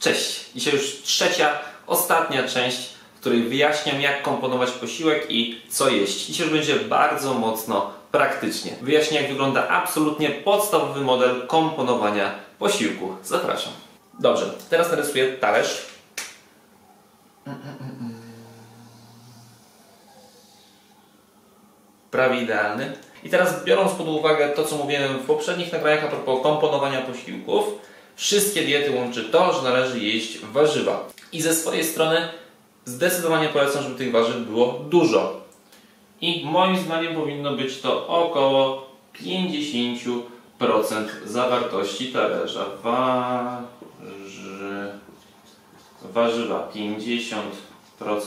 Cześć! Dzisiaj już trzecia, ostatnia część, w której wyjaśniam, jak komponować posiłek i co jeść. Dzisiaj już będzie bardzo mocno praktycznie. Wyjaśnię, jak wygląda absolutnie podstawowy model komponowania posiłku. Zapraszam. Dobrze, teraz narysuję talerz. Prawie idealny. I teraz, biorąc pod uwagę to, co mówiłem w poprzednich nagraniach a propos komponowania posiłków, wszystkie diety łączy to, że należy jeść warzywa. I ze swojej strony zdecydowanie polecam, żeby tych warzyw było dużo. I moim zdaniem powinno być to około 50% zawartości talerza. Warzywa 50%.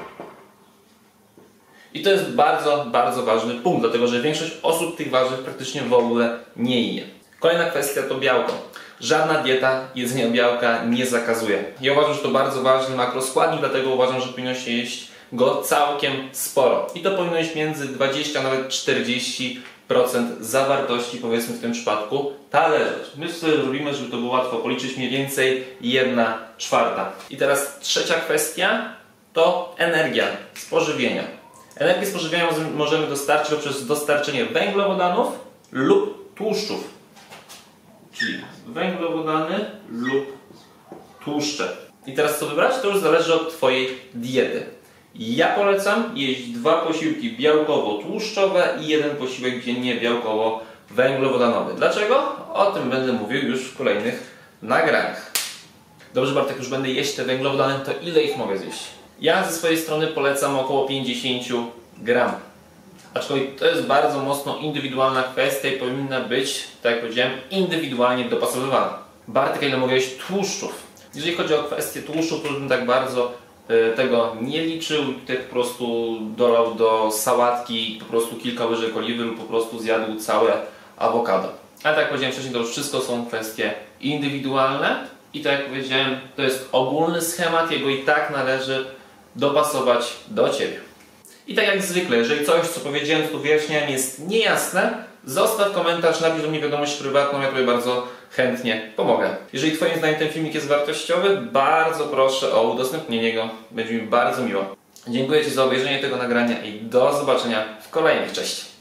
I to jest bardzo, bardzo ważny punkt, dlatego że większość osób tych warzyw praktycznie w ogóle nie je. Kolejna kwestia to białko. Żadna dieta jedzenia białka nie zakazuje. Ja uważam, że to bardzo ważny makroskładnik, dlatego uważam, że powinno się jeść go całkiem sporo. I to powinno iść między 20 a nawet 40% zawartości, powiedzmy w tym przypadku, talerza. My sobie robimy, żeby to było łatwo policzyć, mniej więcej 1/4. I teraz trzecia kwestia to energia z pożywienia. Energię z pożywienia możemy dostarczyć poprzez dostarczenie węglowodanów lub tłuszczów. Czyli węglowodany lub tłuszcze. I teraz co wybrać? To już zależy od Twojej diety. Ja polecam jeść 2 posiłki białkowo-tłuszczowe i 1 posiłek dziennie białkowo-węglowodanowy. Dlaczego? O tym będę mówił już w kolejnych nagraniach. Dobrze, Bartek, już będę jeść te węglowodany, to ile ich mogę zjeść? Ja ze swojej strony polecam około 50 gram. Aczkolwiek to jest bardzo mocno indywidualna kwestia i powinna być, tak jak powiedziałem, indywidualnie dopasowywana. Bartek, ile mogę jeść tłuszczów? Jeżeli chodzi o kwestię tłuszczów, to bym tak bardzo tego nie liczył. Tutaj po prostu dolał do sałatki po prostu kilka łyżek oliwy lub po prostu zjadł całe awokado. Ale tak jak powiedziałem wcześniej, to już wszystko są kwestie indywidualne i tak jak powiedziałem, to jest ogólny schemat, jego i tak należy dopasować do Ciebie. I tak jak zwykle, jeżeli coś, co powiedziałem, tu wyjaśniałem, jest niejasne, zostaw komentarz, napisz do mnie wiadomość prywatną, ja Tobie bardzo chętnie pomogę. Jeżeli Twoim zdaniem ten filmik jest wartościowy, bardzo proszę o udostępnienie go, będzie mi bardzo miło. Dziękuję Ci za obejrzenie tego nagrania i do zobaczenia w kolejnych. Cześć!